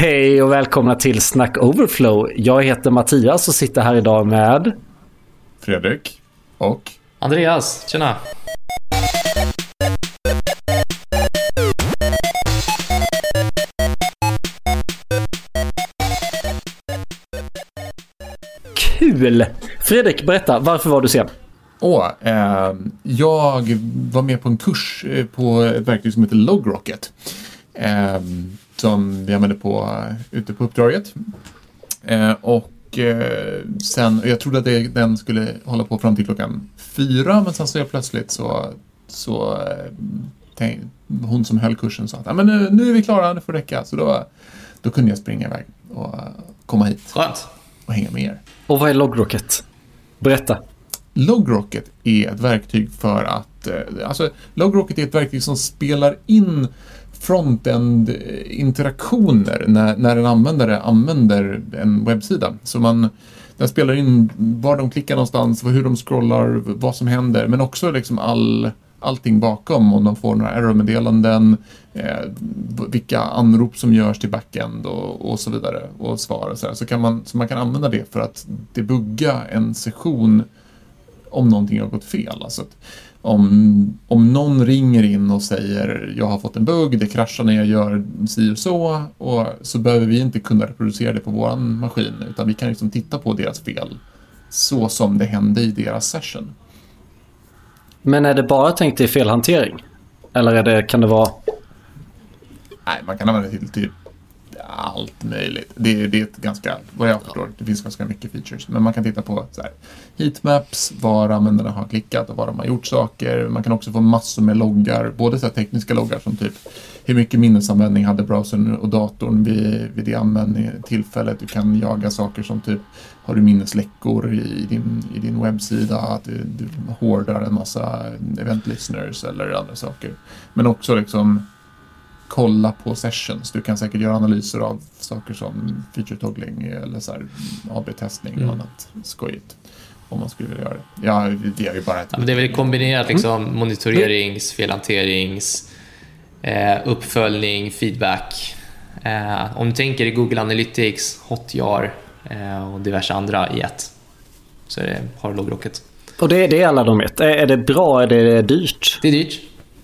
Hej och välkomna till Snack Overflow. Jag heter Mattias och sitter här idag med Fredrik och Andreas. Tjena! Kul! Fredrik, berätta, varför var du sen? Jag var med på en kurs på ett verktyg som heter LogRocket. Som vi använde ute på uppdraget. Sen, jag trodde att den skulle hålla på fram till klockan 4, men sen så jag plötsligt så hon som höll kursen sa att nu är vi klara, det får räcka. Så då kunde jag springa iväg och komma hit. Skönt. Och hänga med er. Och vad är LogRocket? Berätta. LogRocket är ett verktyg för att LogRocket är ett verktyg som spelar in frontend-interaktioner när en användare använder en webbsida. Så den spelar in var de klickar någonstans, hur de scrollar, vad som händer, men också liksom allting bakom, om de får några error-meddelanden, vilka anrop som görs till backend och så vidare, och svar och så man kan använda det för att debugga en session om någonting har gått fel. Alltså att om någon ringer in och säger jag har fått en bugg, det kraschar när jag gör si och så behöver vi inte kunna reproducera det på våran maskin, utan vi kan liksom titta på deras fel så som det hände i deras session. Men är det bara tänkt i felhantering? Eller kan det vara... Nej, man kan använda det till typ allt möjligt. Det är ett ganska, vad jag förstår, det finns ganska mycket features. Men man kan titta på så här, heatmaps, var användarna har klickat och var de har gjort saker. Man kan också få massor med loggar, både så här tekniska loggar som typ hur mycket minnesanvändning hade browsern och datorn vid det tillfället. Du kan jaga saker som typ, har du minnesläckor i din webbsida, att du hårdar en massa event listeners eller andra saker. Men också liksom kolla på sessions. Du kan säkert göra analyser av saker som feature toggling eller så här AB-testning och annat skojigt, om man skulle vilja göra det. Ja, det är ju bara men det är väl kombinerat liksom monitorerings, felhanterings, uppföljning, feedback. Om du tänker i Google Analytics, Hotjar och diverse andra i ett, så har du LogRocket. Och det är alla de vet. Är det bra? Är det dyrt? Det är dyrt.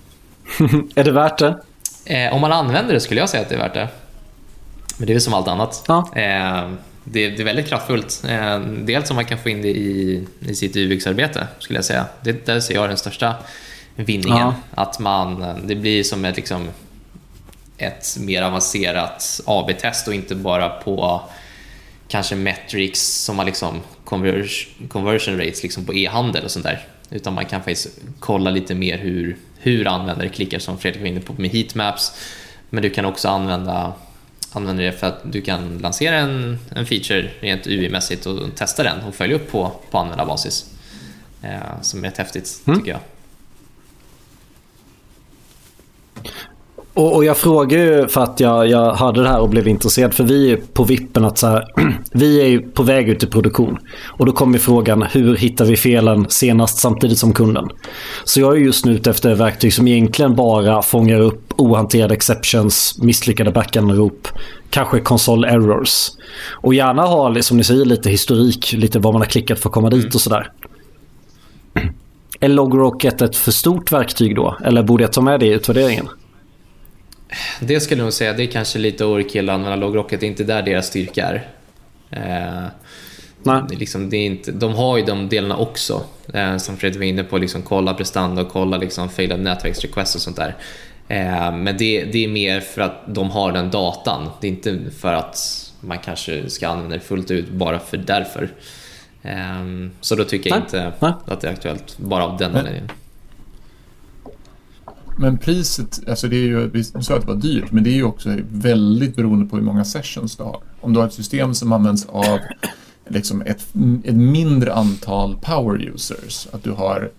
Är det värt det? Om man använder det skulle jag säga att det är värt det. Men det är som allt annat. Ja. Det är väldigt kraftfullt. Dels om man kan få in det i sitt UX-arbete, skulle jag säga. Där ser jag den största vinningen. Ja. Att det blir som ett mer avancerat AB-test och inte bara på kanske metrics som har conversion rates på e-handel och sånt där. Utan man kan faktiskt kolla lite mer hur användare klickar, som Fredrik var inne på med heatmaps. Men du kan också använda det för att du kan lansera en feature rent UI-mässigt och testa den och följa upp på användarbasis. Som är rätt häftigt, tycker jag. Och jag frågar ju för att jag hörde det här och blev intresserad, för vi är på vippen att så här, vi är ju på väg ut i produktion och då kommer frågan, hur hittar vi felen senast samtidigt som kunden? Så jag är just nu ute efter verktyg som egentligen bara fångar upp ohanterade exceptions, misslyckade backanrop, kanske console errors, och gärna ha, som ni säger, lite historik, lite vad man har klickat för att komma dit och sådär. Är LogRocket ett för stort verktyg då? Eller borde jag ta med det i utvärderingen? Det skulle jag nog säga, det är kanske lite overkill att använda LogRocket, det är inte där deras styrka är. Nej. Det är inte, de har ju de delarna också, som Fredrik var inne på, kolla prestanda och kolla failed nätverksrequest och sånt där. Men det är mer för att de har den datan, det är inte för att man kanske ska använda det fullt ut bara för därför. Så då tycker jag inte att det är aktuellt bara av den anledningen. Men priset, alltså det är ju, vi sa att det var dyrt, men det är ju också väldigt beroende på hur många sessions du har. Om du har ett system som används av ett mindre antal power users, att du har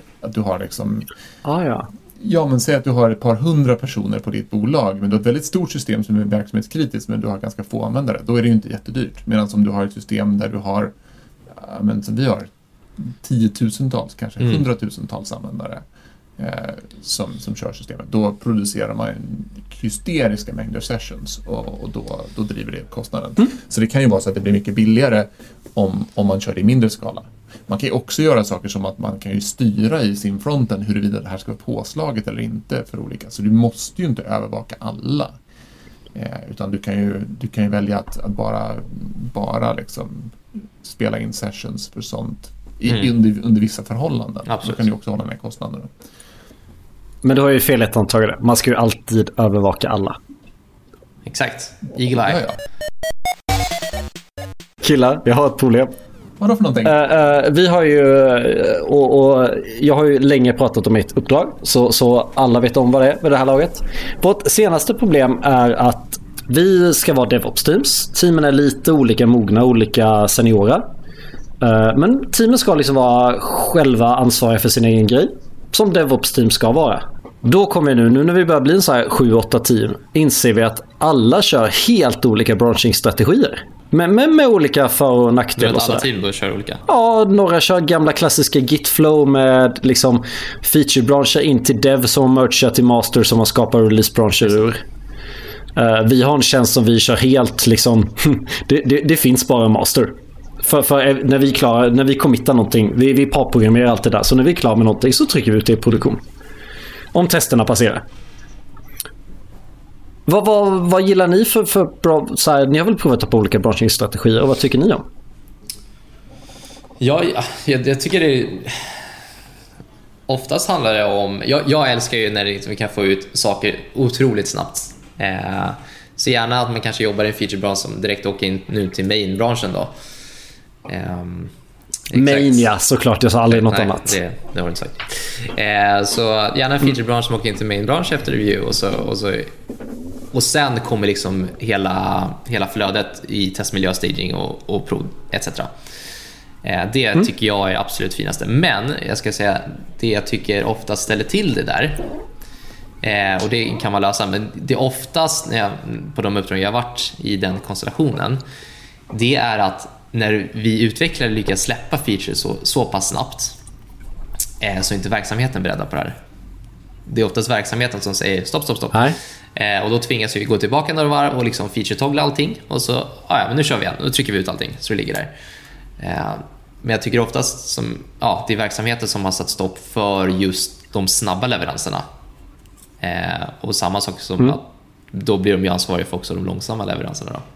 ja, men säg att du har ett par hundra personer på ditt bolag, men du har ett väldigt stort system som är verksamhetskritiskt, men du har ganska få användare, då är det ju inte jättedyrt. Medan om du har ett system där du har, som vi har, 10 000-tals, kanske 100 000-tals användare, som kör systemet. Då producerar man hysteriska mängder sessions och då driver det kostnaden. Så det kan ju vara så att det blir mycket billigare om man kör det i mindre skala. Man kan ju också göra saker som att man kan ju styra i sin fronten huruvida det här ska vara påslaget eller inte för olika. Så du måste ju inte övervaka alla. Utan du kan ju välja att bara liksom spela in sessions för sånt under vissa förhållanden. Absolut. Så kan du också hålla ner kostnaderna. Men du har ju fel antagande. Man ska ju alltid övervaka alla. Exakt. Eagle Eye. Ja. Killar, jag har ett problem. Vadå för någonting? Vi har ju, och jag har ju länge pratat om mitt uppdrag, så alla vet om vad det är med det här laget. Vårt senaste problem är att vi ska vara DevOps-teams. Teamen är lite olika mogna, olika seniora. Men teamen ska liksom vara själva ansvariga för sin egen grej, som DevOps-team ska vara. Då kommer vi nu när vi börjar bli en så här 7-8 team, inser vi att alla kör helt olika branching-strategier. Med olika för- och nackdelar. Alla team bör köra olika. Ja, några kör gamla klassiska Git-flow med liksom feature-branscher in till dev som merchar till master som man skapar release-branscher ur. Vi har en tjänst som vi kör helt liksom det finns bara en master. För när vi committar någonting, vi parprogrammerar allt det där, så när vi är klara med någonting så trycker vi ut det i produktion. Om testerna passerar. Vad gillar ni för bra, så här, ni har väl provat på olika branching-strategier, och vad tycker ni om? Jag tycker det oftast handlar det om, jag älskar ju när vi kan få ut saker otroligt snabbt. Så gärna att man kanske jobbar i en featurebransch som direkt åker in nu till main-branschen då. Main, ja, såklart. Jag sa aldrig något annat. Det har du inte sagt. Så gärna en featurebransch som åker in till main-bransch efter review, och sen kommer liksom hela flödet i testmiljö, staging och prov etc. Det tycker jag är absolut finaste. Men jag ska säga, det jag tycker oftast ställer till det där, och det kan man lösa, men det är oftast på de uppdrag jag har varit i den konstellationen, det är att när vi utvecklare lyckas släppa features så pass snabbt, så är inte verksamheten beredda på det här. Det är oftast verksamheten som säger stopp. Och då tvingas vi gå tillbaka några varv och liksom feature-toggla allting, och så, men nu kör vi igen, nu trycker vi ut allting så det ligger där. Men jag tycker oftast det är verksamheten som har satt stopp för just de snabba leveranserna. Och samma sak som att då blir de ju ansvariga för också de långsamma leveranserna då.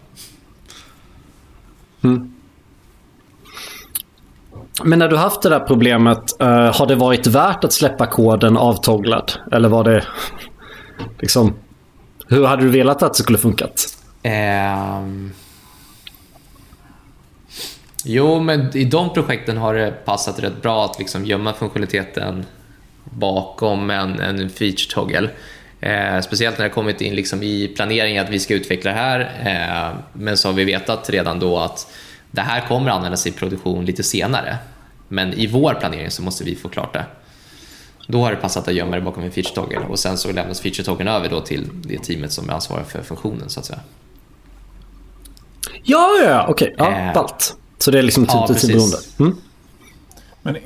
Men när du haft det där problemet, har det varit värt att släppa koden avtogglad? Eller var det liksom, hur hade du velat att det skulle funkat? Jo, men i de projekten har det passat rätt bra att liksom gömma funktionaliteten bakom en feature toggle. Speciellt när det kommit in liksom i planeringen att vi ska utveckla det här, men så har vi vetat redan då att det här kommer användas i produktion lite senare, men i vår planering så måste vi få klart det. Då har det passat att gömma det bakom en feature toggle, och sen så lämnas feature toggeln över då till det teamet som är ansvarig för funktionen så att säga. Ja, okej. Ja, ballt. Så det är liksom tidberoende. Men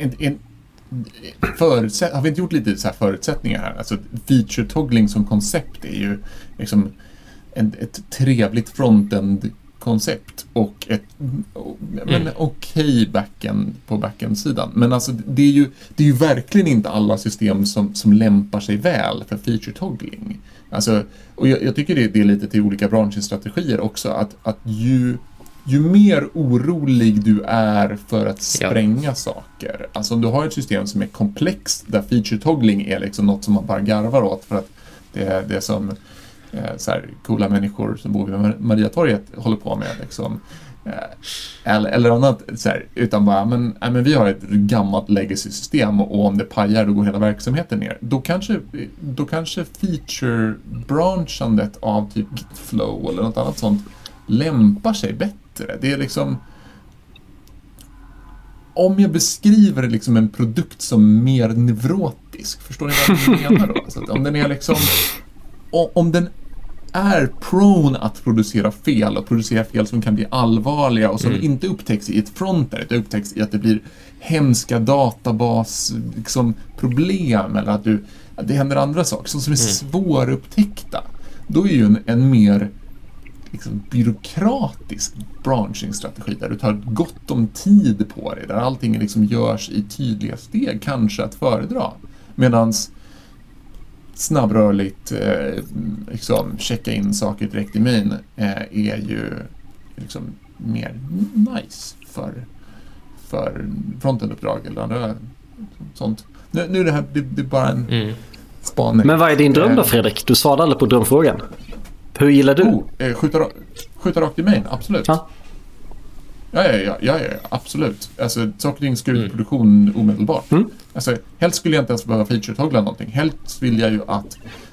har vi inte gjort lite så här förutsättningar här? Alltså feature-toggling som koncept är ju liksom ett trevligt frontend-koncept och okej backend på backend-sidan. Men alltså det är ju verkligen inte alla system som lämpar sig väl för feature-toggling. Alltså, och jag tycker det är lite till olika branschstrategier också, att ju mer orolig du är för att spränga saker. Alltså om du har ett system som är komplext, där feature-toggling är liksom något som man bara garvar åt för att det är det som så här, coola människor som bor vid Mariatorget håller på med liksom, eller annat så här, utan bara, men vi har ett gammalt legacy-system, och om det pajar då går hela verksamheten ner. Då kanske feature-branchandet av typ Gitflow eller något annat sånt lämpar sig bättre. Det är liksom, om jag beskriver liksom en produkt som mer neurotisk, förstår ni vad jag menar då? Alltså, om den är liksom, om den är prone att producera fel och producera fel som kan bli allvarliga och som inte upptäcks i ett frontend, det upptäcks i att det blir hemska databas liksom, problem eller att det händer andra saker som är svårupptäckta. Då är ju en mer liksom, byråkratisk branching-strategi där du tar gott om tid på dig, där allting liksom görs i tydliga steg, kanske att föredra. Medans snabbrörligt liksom, checka in saker direkt i main är ju liksom, mer nice för frontenduppdrag eller andra sånt. Nu är det här det är bara en spaning. Men vad är din dröm då, Fredrik? Du svarade aldrig på drömfrågan. Hur gillar du? Skjuta rakt i main, absolut. Ja. Ja, absolut. Alltså, saker och ting ska ut i produktion omedelbart. Alltså, helst skulle jag inte ens behöva feature-toggla någonting. Helst vill jag ju att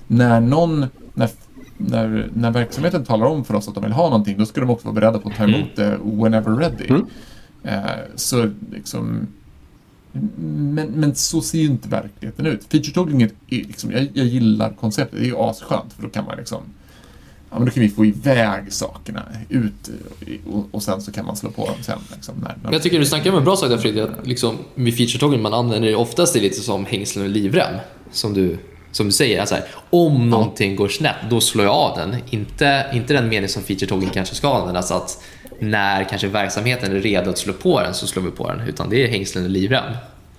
när verksamheten talar om för oss att de vill ha någonting, då ska de också vara beredda på att ta emot det whenever ready. Så liksom... Men så ser ju inte verkligheten ut. Feature-toggling är liksom, jag gillar konceptet. Det är ju asskönt, för då kan man liksom... Ja, men då kan vi få iväg sakerna ut och sen så kan man slå på dem sen. Liksom, men jag tycker du snackar om en bra sak där, Fredrik, att liksom, med feature-toggling man använder det oftast lite som hängslen och livrem, som du säger. Alltså här, om någonting går snett, då slår jag av den. Inte den mening som feature-toggling kanske ska användas, att när kanske verksamheten är redo att slå på den så slår vi på den, utan det är hängslen och livrem.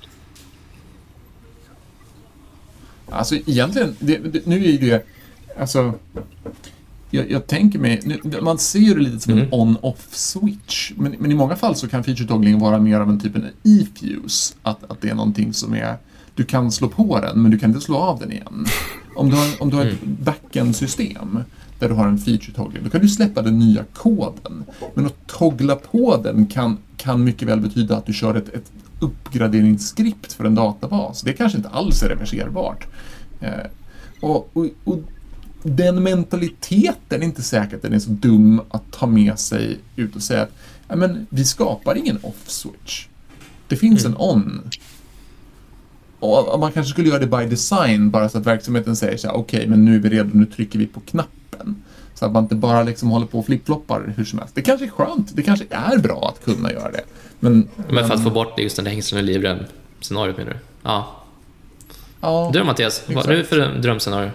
Alltså egentligen, nu är det alltså... Jag tänker mig, man ser det lite som en on-off switch, men i många fall så kan feature-toggling vara mer av en typ en e-fuse, att det är någonting som är, du kan slå på den men du kan inte slå av den igen. Om du har ett backend-system där du har en feature-toggling, då kan du släppa den nya koden, men att toggla på den kan mycket väl betyda att du kör ett uppgraderingsskript för en databas. Det kanske inte alls är reverserbart. Och den mentaliteten är inte säkert att den är så dum att ta med sig ut och säga att men, vi skapar ingen off-switch. Det finns en on. Och man kanske skulle göra det by design, bara så att verksamheten säger så här: okej, men nu är vi redo, nu trycker vi på knappen. Så att man inte bara liksom håller på och flipploppar hur som helst. Det kanske är skönt, det kanske är bra att kunna göra det. Men för att få bort just den där hängslen och livrem scenariot, menar du? Ja. Du, Mattias, vad är det för drömscenario?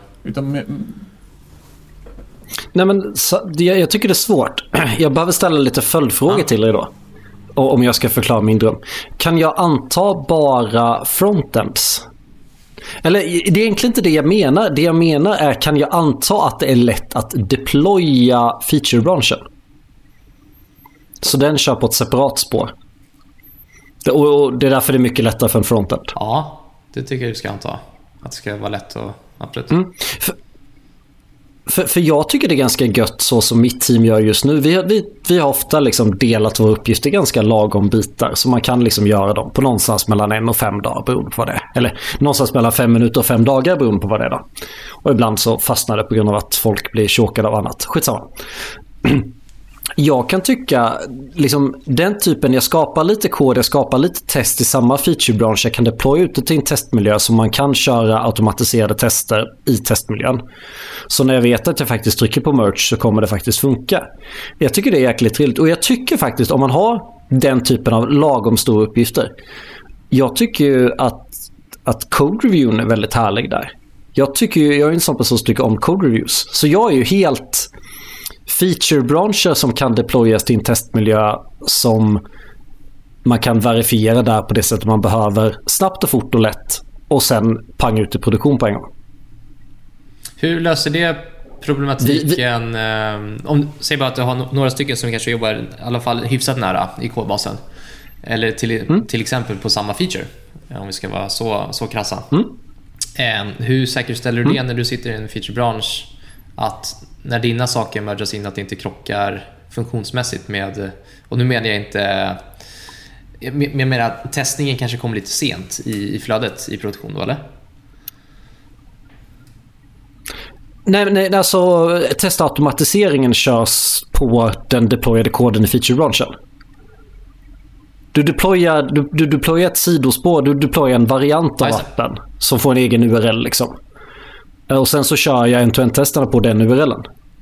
Nej, men jag tycker det är svårt. Jag behöver ställa lite följdfrågor till er då. Och om jag ska förklara min dröm. Kan jag anta bara frontends? Eller det är egentligen inte det jag menar. Det jag menar är, kan jag anta att det är lätt att deploya feature-branschen? Så den kör på ett separat spår. Och det är därför det är mycket lättare för en frontend. Ja, det tycker jag du ska anta. Att det ska vara lätt och absolut. För jag tycker det är ganska gött så som mitt team gör just nu. Vi har ofta liksom delat våra uppgifter i ganska lagom bitar, så man kan liksom göra dem på någonstans mellan 1 och 5 dagar beroende på vad det är. Eller någonstans mellan 5 minuter och 5 dagar beroende på vad det är då. Och ibland så fastnar det på grund av att folk blir chokade av annat. Skitsamma. Jag kan tycka liksom den typen, jag skapar lite kod, jag skapar lite test i samma featurebransch, jag kan deploya ut det till en testmiljö så man kan köra automatiserade tester i testmiljön. Så när jag vet att jag faktiskt trycker på merge så kommer det faktiskt funka. Jag tycker det är jäkligt trevligt, och jag tycker faktiskt om man har den typen av lagom stora uppgifter, jag tycker ju att code reviewen är väldigt härlig där. Jag är en sån person som tycker om code reviews, så jag är ju helt feature-branscher som kan deployas till en testmiljö som man kan verifiera där på det sättet man behöver, snabbt och fort och lätt, och sen panga ut i produktion på en gång. Hur löser det problematiken? Säg bara att du har några stycken som kanske jobbar i alla fall hyfsat nära i kodbasen, eller till exempel på samma feature, om vi ska vara så krassa. Hur säkerställer du det när du sitter i en featurebransch, att när dina saker mergas in, att det inte krockar funktionsmässigt med, och nu menar jag inte, jag menar att testningen kanske kommer lite sent i flödet i produktion då, eller? Nej, alltså testautomatiseringen körs på den deployade koden i featurebranschen. Du deployar ett sidospår, du deployar en variant av appen som får en egen URL liksom. Och sen så kör jag end-to-end-testerna på den URLen.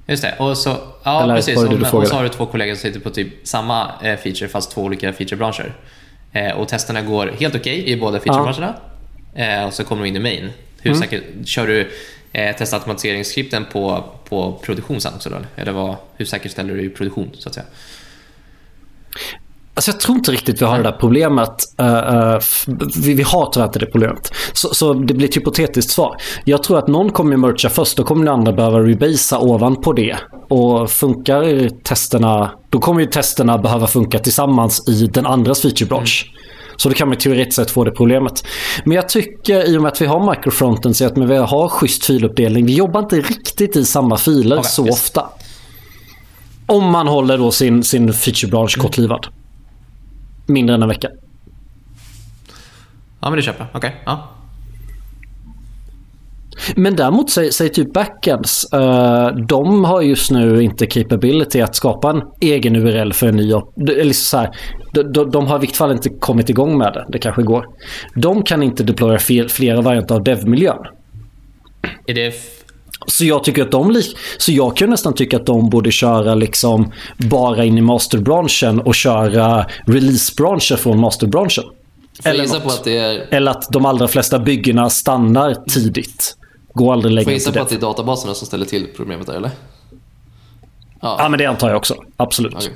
Just det. Och så, ja, eller precis. och så har du 2 kollegor som sitter på typ samma feature fast 2 olika featurebranscher. Och testerna går helt okej i båda featurebranscherna. Och så kommer du in i main. Hur säkert kör du testautomatiseringsskripten på produktion sen också då? Eller hur säkerställer du i produktion så att säga? Alltså jag tror inte riktigt vi har det där problemet. Vi har tyvärr inte det problemet. Så det blir ett hypotetiskt svar. Jag tror att någon kommer mercha först. Då kommer den andra behöva rebasea ovanpå det. Och funkar testerna, då kommer ju testerna behöva funka tillsammans i den andras featurebransch. Så då kan man teoretiskt sett få det problemet. Men jag tycker i och med att vi har microfronten så att vi har schysst filuppdelning. Vi jobbar inte riktigt i samma filer så ofta. Om man håller då sin featurebransch kortlivad. Mindre än en vecka. Ja, men det köper. Okej. Ja. Men däremot säger typ backends, de har just nu inte capability att skapa en egen URL för en ny. Eller så här, de har i vilket fall inte kommit igång med det. Det kanske går. De kan inte deploya flera varianter av dev-miljön. Är det så jag tycker att så jag kan nästan tycka att de borde köra liksom bara in i masterbranschen och köra releasebranscher från masterbranschen. Eller att de allra flesta byggena stannar tidigt. Går aldrig längre. Får jag gissa på att det är databaserna som ställer till problemet där, eller? Ja, men det antar jag också. Absolut. Okay.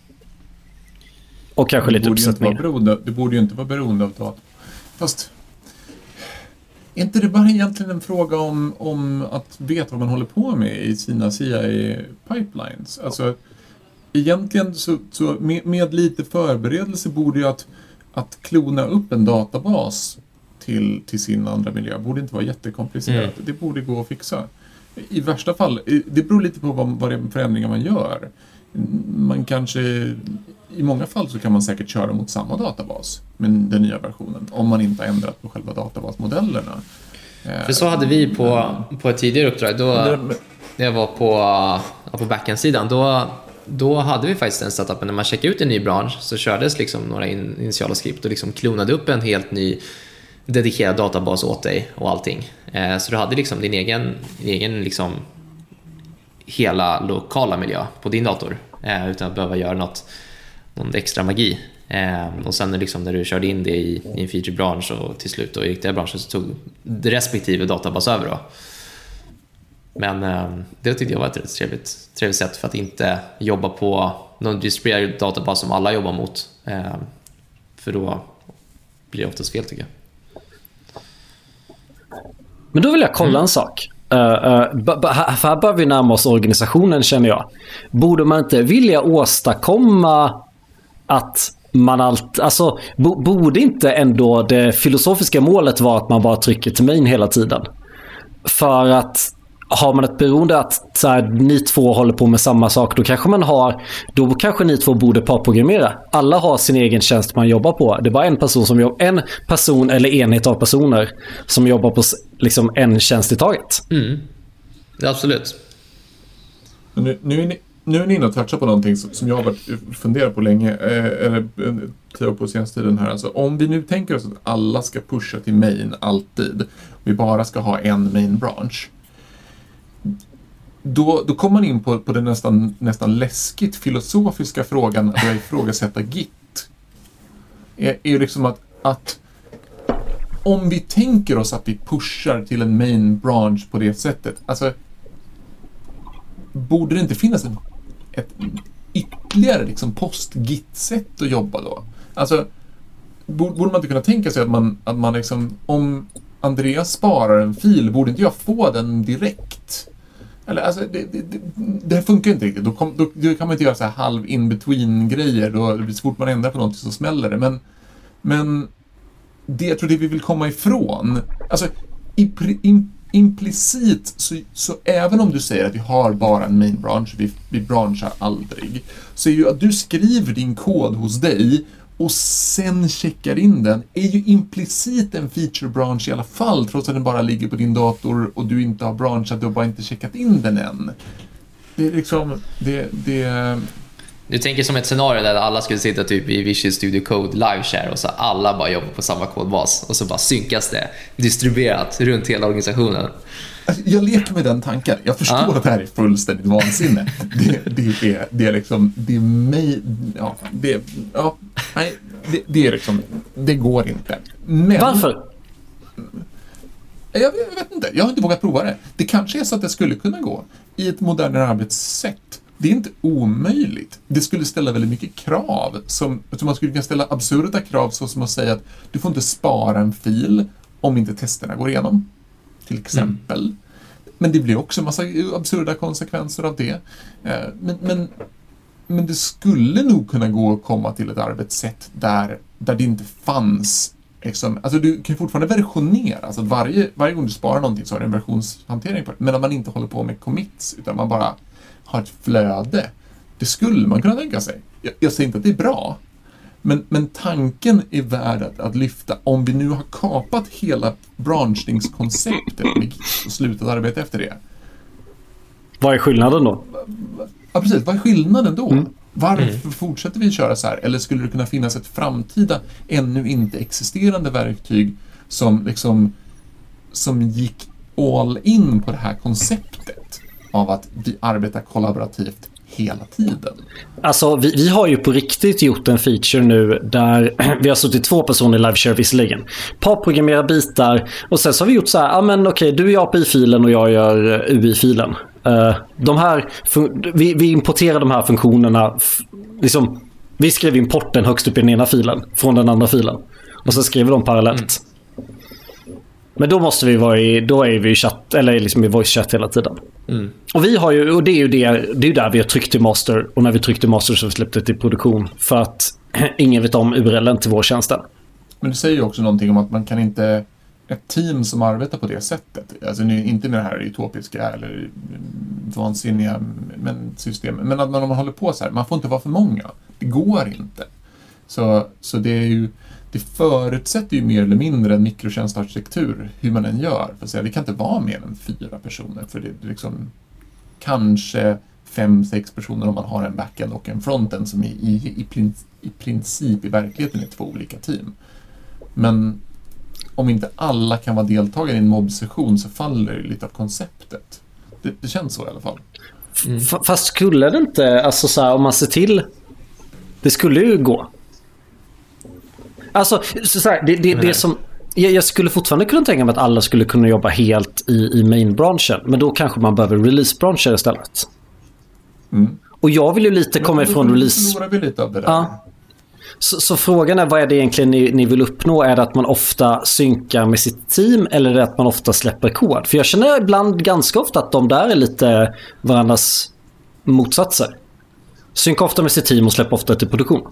Och kanske lite uppsättningar. Det borde ju inte vara beroende av data. Fast är inte det bara egentligen en fråga om att veta vad man håller på med i sina CI-pipelines? Alltså, egentligen så med lite förberedelse borde ju att klona upp en databas till sin andra miljö borde inte vara jättekomplicerat. Det borde gå att fixa. I värsta fall, det beror lite på vad det är förändringar man gör. Man kanske, i många fall så kan man säkert köra mot samma databas med den nya versionen om man inte har ändrat på själva databasmodellerna. För så hade vi på ett tidigare uppdrag när jag var på backend-sidan då hade vi faktiskt en setup när man checkade ut en ny bransch så kördes liksom några initiala skript och liksom klonade upp en helt ny dedikerad databas åt dig och allting. Så du hade liksom din egen liksom hela lokala miljö på din dator utan att behöva göra någon extra magi. Och sen liksom när du körde in det i en featurebransch och till slut då i riktiga branscher så tog det respektive databas över då. Men det tyckte jag var ett rätt trevligt sätt för att inte jobba på någon distribuerad databas som alla jobbar mot. För då blir det oftast fel tycker jag. Men då vill jag kolla en sak. För här bör vi närma oss organisationen känner jag. Borde man inte vilja åstadkomma att man borde inte ändå det filosofiska målet vara att man bara trycker till main hela tiden? För att har man ett beroende att så här, ni två håller på med samma sak, då kanske ni två borde parprogrammera. Alla har sin egen tjänst man jobbar på. Det är bara en person eller enhet av personer som jobbar på liksom en tjänst i taget. Det är absolut. Men nu är ni inne och touchar på någonting som jag har funderat på länge, eller på senaste tiden här. Alltså, om vi nu tänker oss att alla ska pusha till main alltid, vi bara ska ha en main branch, då kommer man in på den nästan läskigt filosofiska frågan att ifrågasätta Git. Är liksom att om vi tänker oss att vi pushar till en main branch på det sättet, alltså borde det inte finnas ett ytterligare liksom post-Git-sätt att jobba då? Alltså, borde man inte kunna tänka sig att man liksom, om Andreas sparar en fil, borde inte jag få den direkt? Eller alltså, det funkar inte riktigt. Då kan man inte göra så här halv in-between-grejer. Då det blir svårt man ändrar på något så smäller det. Men det jag tror det vi vill komma ifrån, alltså implicit så även om du säger att vi har bara en main branch, vi branchar aldrig, så är ju att du skriver din kod hos dig och sen checkar in den är ju implicit en feature branch i alla fall, trots att den bara ligger på din dator och du inte har branchat, du har bara inte checkat in den än. Det är liksom Du tänker som ett scenario där alla skulle sitta typ i Visual Studio Code live share och så alla bara jobbar på samma kodbas och så bara synkas det distribuerat runt hela organisationen. Alltså, jag leker med den tanken. Jag förstår att det här är fullständigt vansinne. Det är liksom, det är mig, det är liksom, det går inte. Men, varför? Jag vet inte, jag har inte vågat prova det. Det kanske är så att det skulle kunna gå i ett modernare arbetssätt. Det är inte omöjligt. Det skulle ställa väldigt mycket krav. Som man skulle kunna ställa absurda krav, så som att säga att du får inte spara en fil om inte testerna går igenom. Till exempel. Men det blir också en massa absurda konsekvenser av det. Men det skulle nog kunna gå att komma till ett arbetssätt där det inte fanns liksom, alltså du kan fortfarande versionera. Alltså varje gång du sparar någonting så har du en versionshantering på det. Men om man inte håller på med commits utan man bara har ett flöde. Det skulle man kunna tänka sig. Jag säger inte att det är bra. Men tanken är värd att lyfta. Om vi nu har kapat hela branschningskonceptet och slutat arbeta efter det. Vad är skillnaden då? Ja, precis. Vad är skillnaden då? Varför fortsätter vi köra så här? Eller skulle det kunna finnas ett framtida, ännu inte existerande verktyg som gick all in på det här konceptet av att vi arbetar kollaborativt hela tiden? Alltså, vi har ju på riktigt gjort en feature nu där vi har suttit 2 personer i liveshare visserligen. Parprogrammera bitar och sen så har vi gjort så här, men okej, du gör API-filen och jag gör UI-filen. Vi importerar de här funktionerna liksom, vi skriver importen högst upp i den ena filen från den andra filen och så skriver de parallellt. Men då måste vi då är vi i chatt eller liksom i voice chat hela tiden. Och vi har ju, och det är ju där vi har tryckt till master, och när vi tryckte master så släppte det till produktion för att ingen vet om URLen till vår tjänst. Men du säger ju också någonting om att man kan inte, ett team som arbetar på det sättet, alltså inte med det här utopiska eller vansinniga system, men att man håller på så här, man får inte vara för många, det går inte. Så det är ju, det förutsätter ju mer eller mindre en mikrotjänstarkitektur hur man än gör, för att säga, det kan inte vara mer än 4 personer, för det är liksom kanske 5-6 personer om man har en backend och en frontend som i princip i verkligheten är 2 olika team. Men om inte alla kan vara deltagare i en mobbsession så faller det lite av konceptet. Det känns så i alla fall. Fast skulle det inte, alltså så här, om man ser till, det skulle ju gå. Alltså så här, det som jag skulle fortfarande kunna tänka mig att alla skulle kunna jobba helt i main-branschen, men då kanske man behöver release-branscher istället. Och jag vill ju lite komma ifrån release. Förlorar vi lite av det där. Ja. Så frågan är, vad är det egentligen ni vill uppnå? Är det att man ofta synkar med sitt team, eller är det att man ofta släpper kod? För jag känner ibland ganska ofta att de där är lite varandras motsatser. Synka ofta med sitt team och släpper ofta till produktion.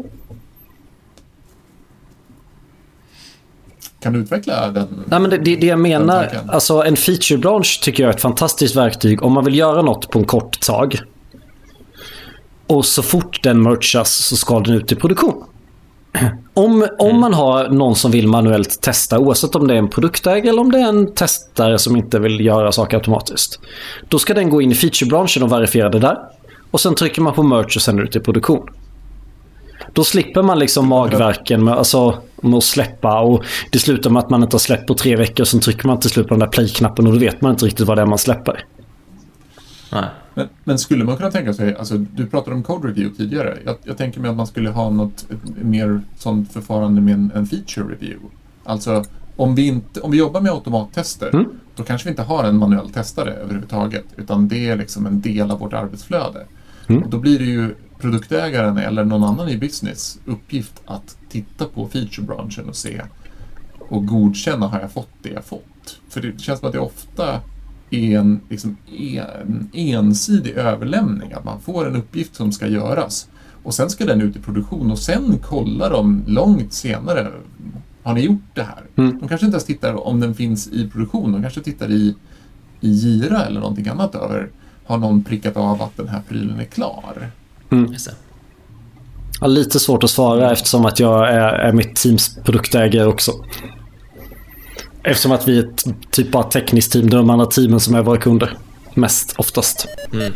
Kan du utveckla den? Nej, men det jag menar, alltså en feature-bransch tycker jag är ett fantastiskt verktyg om man vill göra något på en kort tag. Och så fort den merchas så ska den ut i produktion. Om man har någon som vill manuellt testa, oavsett om det är en produktägare eller om det är en testare som inte vill göra saker automatiskt, då ska den gå in i feature-branschen och verifiera det där. Och sen trycker man på merch och sänder ut i produktion. Då slipper man liksom magverken med att släppa, och det slutar med att man inte har släppt på 3 veckor och sen trycker man till slut på den där play-knappen och då vet man inte riktigt vad det är man släpper. Nej. Men skulle man kunna tänka sig, alltså du pratade om code review tidigare, jag tänker mig att man skulle ha något mer sånt förfarande med en feature review. Alltså om vi jobbar med automattester, då kanske vi inte har en manuell testare överhuvudtaget, utan det är liksom en del av vårt arbetsflöde. Och då blir det ju produktägaren eller någon annan i business uppgift att titta på featurebranschen och se och godkänna, har jag fått det jag fått? För det känns som att det ofta är en ensidig överlämning, att man får en uppgift som ska göras och sen ska den ut i produktion och sen kollar de långt senare, har ni gjort det här? De kanske inte ens tittar om den finns i produktion, de kanske tittar i Jira eller någonting annat över, har någon prickat av att den här prylen är klar? Just det. Ja, lite svårt att svara eftersom att jag är mitt teams produktägare också. Eftersom att vi är ett typ av tekniskt team, de andra teamen som är våra kunder mest oftast.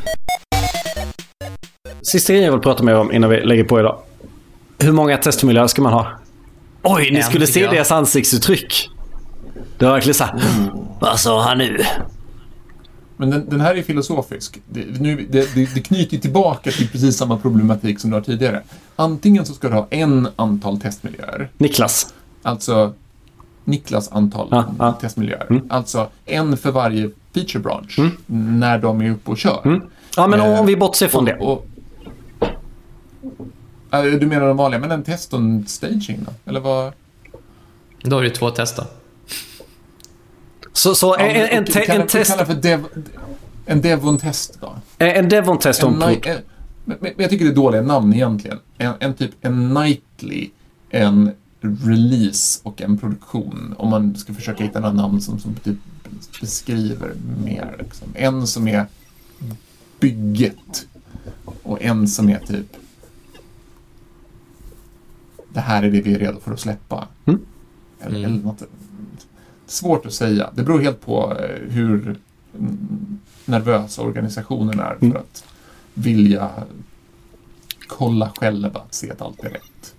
Sista grejen jag vill prata med om innan vi lägger på idag. Hur många testmiljöer ska man ha? Oj, ni skulle se deras ansiktsuttryck. Det var verkligen så här. Vad sa han nu? Men den här är filosofisk. Det knyter tillbaka till precis samma problematik som du har tidigare. Antingen så ska du ha en antal testmiljöer. Niklas antal testmiljöer. Alltså en för varje feature branch när de är uppe och kör. Ja, men om vi bortser från det. Du menar de vanliga, men en test och en staging då? Eller vad? Då har du 2 tester. Så en test... En dev och en test då? En dev och en test och en prod. Men jag tycker det är dåliga namn egentligen. En nightly, en release och en produktion. Om man ska försöka hitta några namn som typ beskriver mer. Liksom. En som är bygget och en som är typ det här är det vi är redo för att släppa. Eller något. Svårt att säga. Det beror helt på hur nervösa organisationen är för att vilja kolla själva att se att allt är rätt.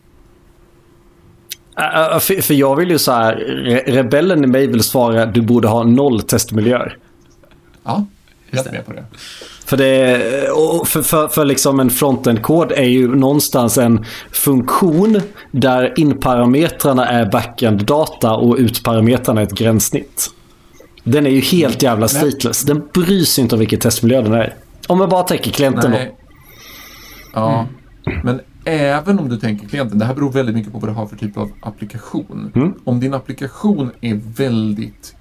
För jag vill ju så här, rebellen i mig vill svara, du borde ha 0 testmiljöer. Ja, jag är med på det. För det för liksom en frontend-kod är ju någonstans en funktion där inparametrarna är backend-data och utparametrarna är ett gränssnitt. Den är ju helt jävla stateless. Den bryr sig inte om vilken testmiljö den är. Om man bara tänker klienten då. Ja, men även om du tänker klienten, det här beror väldigt mycket på vad du har för typ av applikation. Om din applikation är väldigt...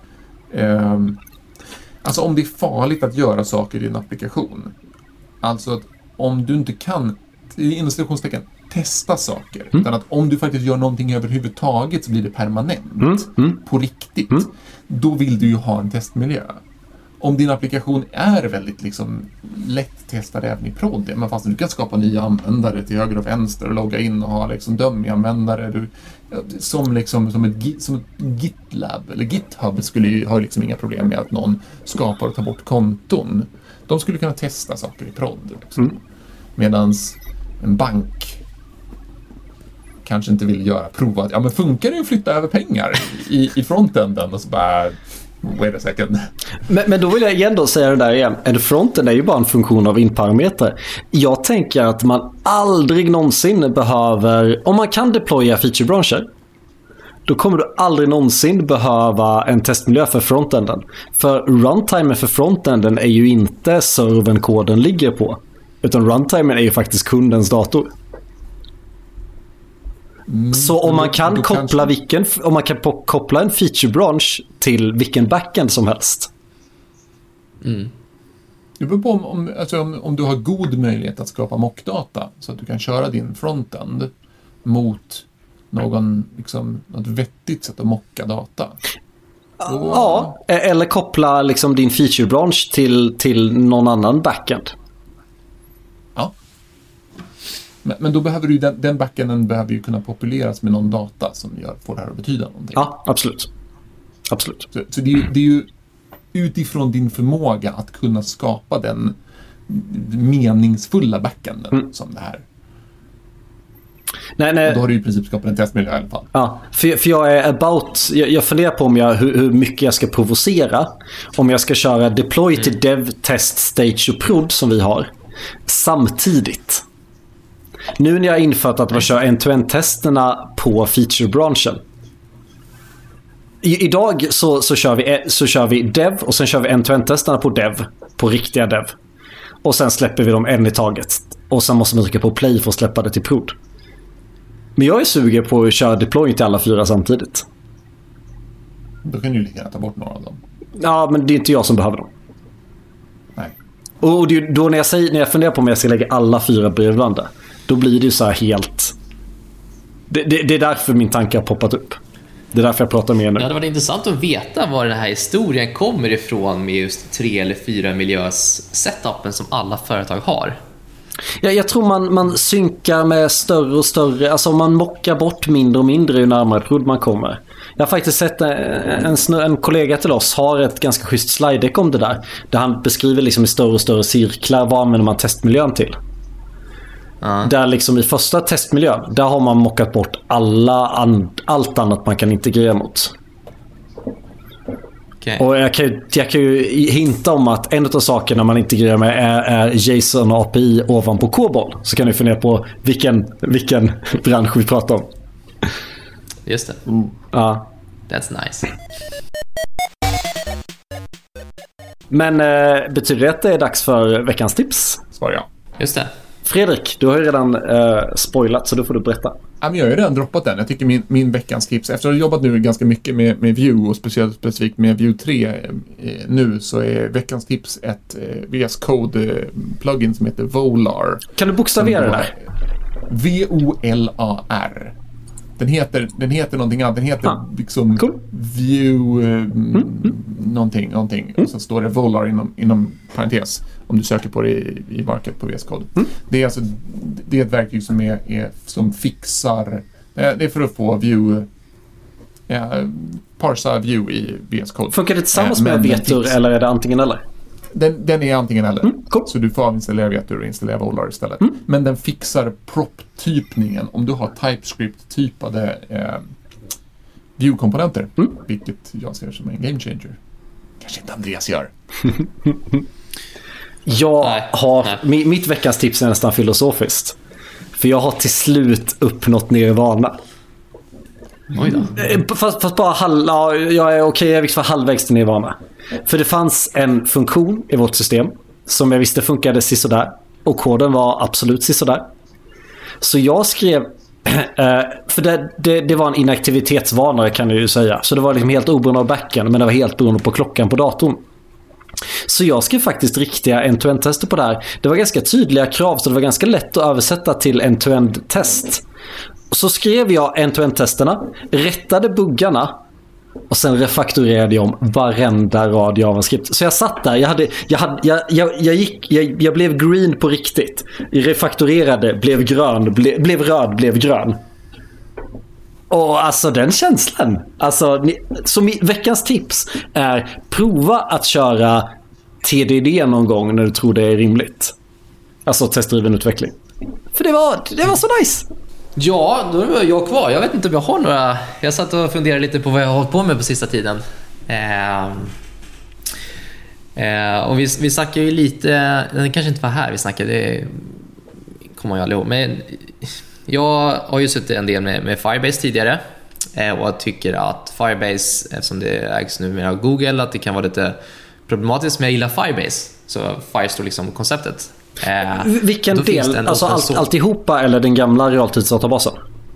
alltså om det är farligt att göra saker i din applikation. Alltså att om du inte kan, i institutionstecken, testa saker. Utan att om du faktiskt gör någonting överhuvudtaget så blir det permanent. På riktigt. Då vill du ju ha en testmiljö. Om din applikation är väldigt liksom lätt testad även i prod, men fast du kan skapa nya användare till höger och vänster och logga in och ha liksom dummy-användare som ett GitLab eller GitHub har liksom inga problem med att någon skapar och tar bort konton. De skulle kunna testa saker i prod. Liksom. Medans en bank kanske inte vill prova att men funkar det att flytta över pengar i frontenden och så bara wait a second. Men då vill jag igen då säga det där igen. En frontend är ju bara en funktion av inparametrar. Jag tänker att man aldrig någonsin behöver, om man kan deploya featurebranscher, då kommer du aldrig någonsin behöva en testmiljö för frontenden. För runtimen för frontenden är ju inte servern koden ligger på, utan runtimen är ju faktiskt kundens dator. Så om man kan koppla en feature branch till vilken backend som helst. Det beror på om du har god möjlighet att skapa mockdata så att du kan köra din frontend mot något vettigt sätt att mocka data. Ja, eller koppla liksom din feature branch till någon annan backend. Ja. Men då behöver du den backenden behöver ju kunna populeras med någon data som får det här att betyda någonting. Ja, absolut. Så det är ju utifrån din förmåga att kunna skapa den meningsfulla backenden som det här. Nej. Och då har du i princip skapat en testmiljö i alla fall. Ja, för jag är jag funderar på hur mycket jag ska provocera. Om jag ska köra deploy till dev, test, stage och prod som vi har samtidigt. Nu när jag har infört att man kör end-to-end-testerna på feature-branschen. Idag så kör vi dev och sen kör vi end-to-end-testerna på dev, på riktiga dev. Och sen släpper vi dem en i taget. Och sen måste man trycka på play för att släppa det till prod. Men jag är sugen på att köra deploy till alla 4 samtidigt. Då kan du lika gärna ta bort några av dem. Ja, men det är inte jag som behöver dem. Nej. Och då när jag funderar på om jag ska lägga alla 4 bredvid varandra, då blir det ju så här helt... Det är därför min tanke har poppat upp. Det är därför jag pratar med er nu. Ja, det var intressant att veta var den här historien kommer ifrån med just 3 eller 4 miljös setupen som alla företag har. Ja, jag tror man synkar med större och större. Alltså man mockar bort mindre och mindre ju närmare prod man kommer. Jag har faktiskt sett en kollega till oss har ett ganska schysst slide-deck om det där. Där han beskriver liksom i större och större cirklar vad använder man testmiljön till. Där liksom i första testmiljön, där har man mockat bort allt annat man kan integrera mot. Okay. Och jag kan ju hinta om att en av sakerna man integrerar med är JSON API ovanpå COBOL. Så kan ni fundera på vilken bransch vi pratar om. Just det. Ja. That's nice. Men betyder det att det är dags för veckans tips? Svar ja. Just det. Fredrik, du har ju redan spoilat, så då får du berätta. Ja, men jag har ju redan droppat den. Jag tycker min veckans tips, efter att ha jobbat nu ganska mycket med Vue och specifikt med Vue 3 nu, så är veckans tips ett VS Code-plugin som heter Volar. Kan du bokstavera det där? VOLAR. Den heter någonting annat. Den heter liksom cool. Vue någonting. Och så står det Volar inom parentes om du söker på det i market på VS Code. Det är alltså det är ett verktyg som som fixar det är för att få Vue parsa Vue i VS Code. Funkar det tillsammans med Vetur eller är det antingen eller? Den är antingen eller. Cool. Så du får avinstallera Vetur och installera Volar istället. Men den fixar prop-typningen om du har TypeScript-typade Vue-komponenter. Vilket jag ser som en game changer. Kanske inte Andreas gör. Mitt veckans tips är nästan filosofiskt. För jag har till slut uppnått nirvana. Oj då. Fast bara jag är okej, jag var halvvägs till nirvana. För det fanns en funktion i vårt system som jag visste funkade sisådär. Och koden var absolut sisådär. Så jag skrev för det var en inaktivitetsvarnare kan jag ju säga. Så det var liksom helt oberoende av backen, men det var helt beroende på klockan på datorn. Så jag skrev faktiskt riktiga end-to-end-tester på det här. Det var ganska tydliga krav, så det var ganska lätt att översätta till end-to-end-test. Så skrev jag end-to-end-testerna, rättade buggarna och sen refaktorerade jag om varenda rad JavaScript. Så jag satt där, jag blev green på riktigt. Jag refaktorerade, blev grön, blev röd, blev grön. Och alltså den känslan. Alltså, så veckans tips är prova att köra TDD någon gång när du tror det är rimligt. Alltså testdriven utveckling. För det var så nice. Ja, då är jag kvar. Jag vet inte om jag har några. Jag satt och funderade lite på vad jag har hållit på med på sista tiden. Och vi snackade ju lite. Den kanske inte var här vi snackade. Det kommer jag aldrig ihåg. Men jag har ju suttit en del med Firebase tidigare. Och jag tycker att Firebase, eftersom det ägs nu med Google, att det kan vara lite problematiskt. Men jag gillar Firebase. Så Firestore liksom konceptet. Vilken del? Alltså alltihopa eller den gamla realtidsdatabasen?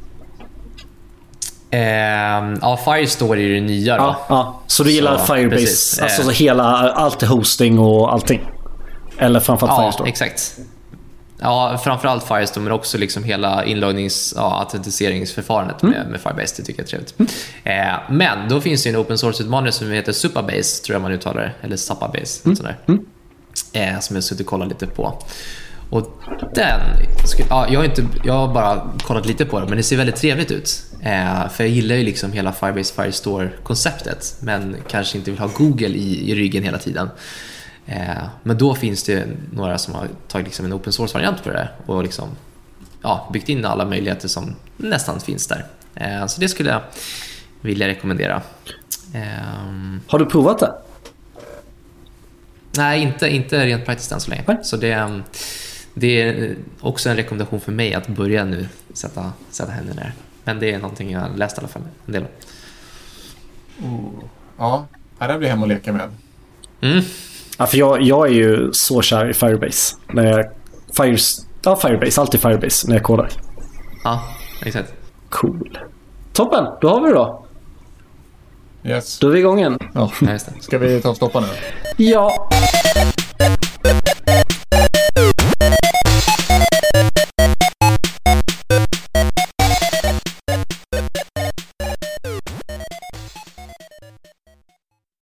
Ja, Firestore är det nya då. Ja. Så du gillar Firebase, precis. Alltså allt hosting och allting? Eller framförallt Firestore? Ja, exakt. Ja, framförallt Firestore, men också liksom hela autentiseringsförfarandet med Firebase. Det tycker jag är trevligt. Men då finns det en open source-utmanare som heter Supabase, tror jag man uttalar det. Eller Supabase, som jag suttit och kollat lite på. Och den jag har bara kollat lite på det, men det ser väldigt trevligt ut. För jag gillar ju liksom hela Firebase Firestore-konceptet, men kanske inte vill ha Google i ryggen hela tiden. Men då finns det några som har tagit liksom en open source-variant på det och liksom, byggt in alla möjligheter som nästan finns där. Så det skulle jag vilja rekommendera. Har du provat det? Nej, inte rent praktiskt än så länge. Nej. Så det är också en rekommendation för mig att börja nu sätta händerna ner. Men det är någonting jag har läst i alla fall en del. Ja, här blir hem och leka med. Ja, för jag är ju så kär i Firebase. Firebase, alltid Firebase när jag kodar. Ja, exakt. Cool. Toppen, då har vi det då. Yes. Då är vi igång igen. Ja, just det. Ska vi ta och stoppa nu? Ja.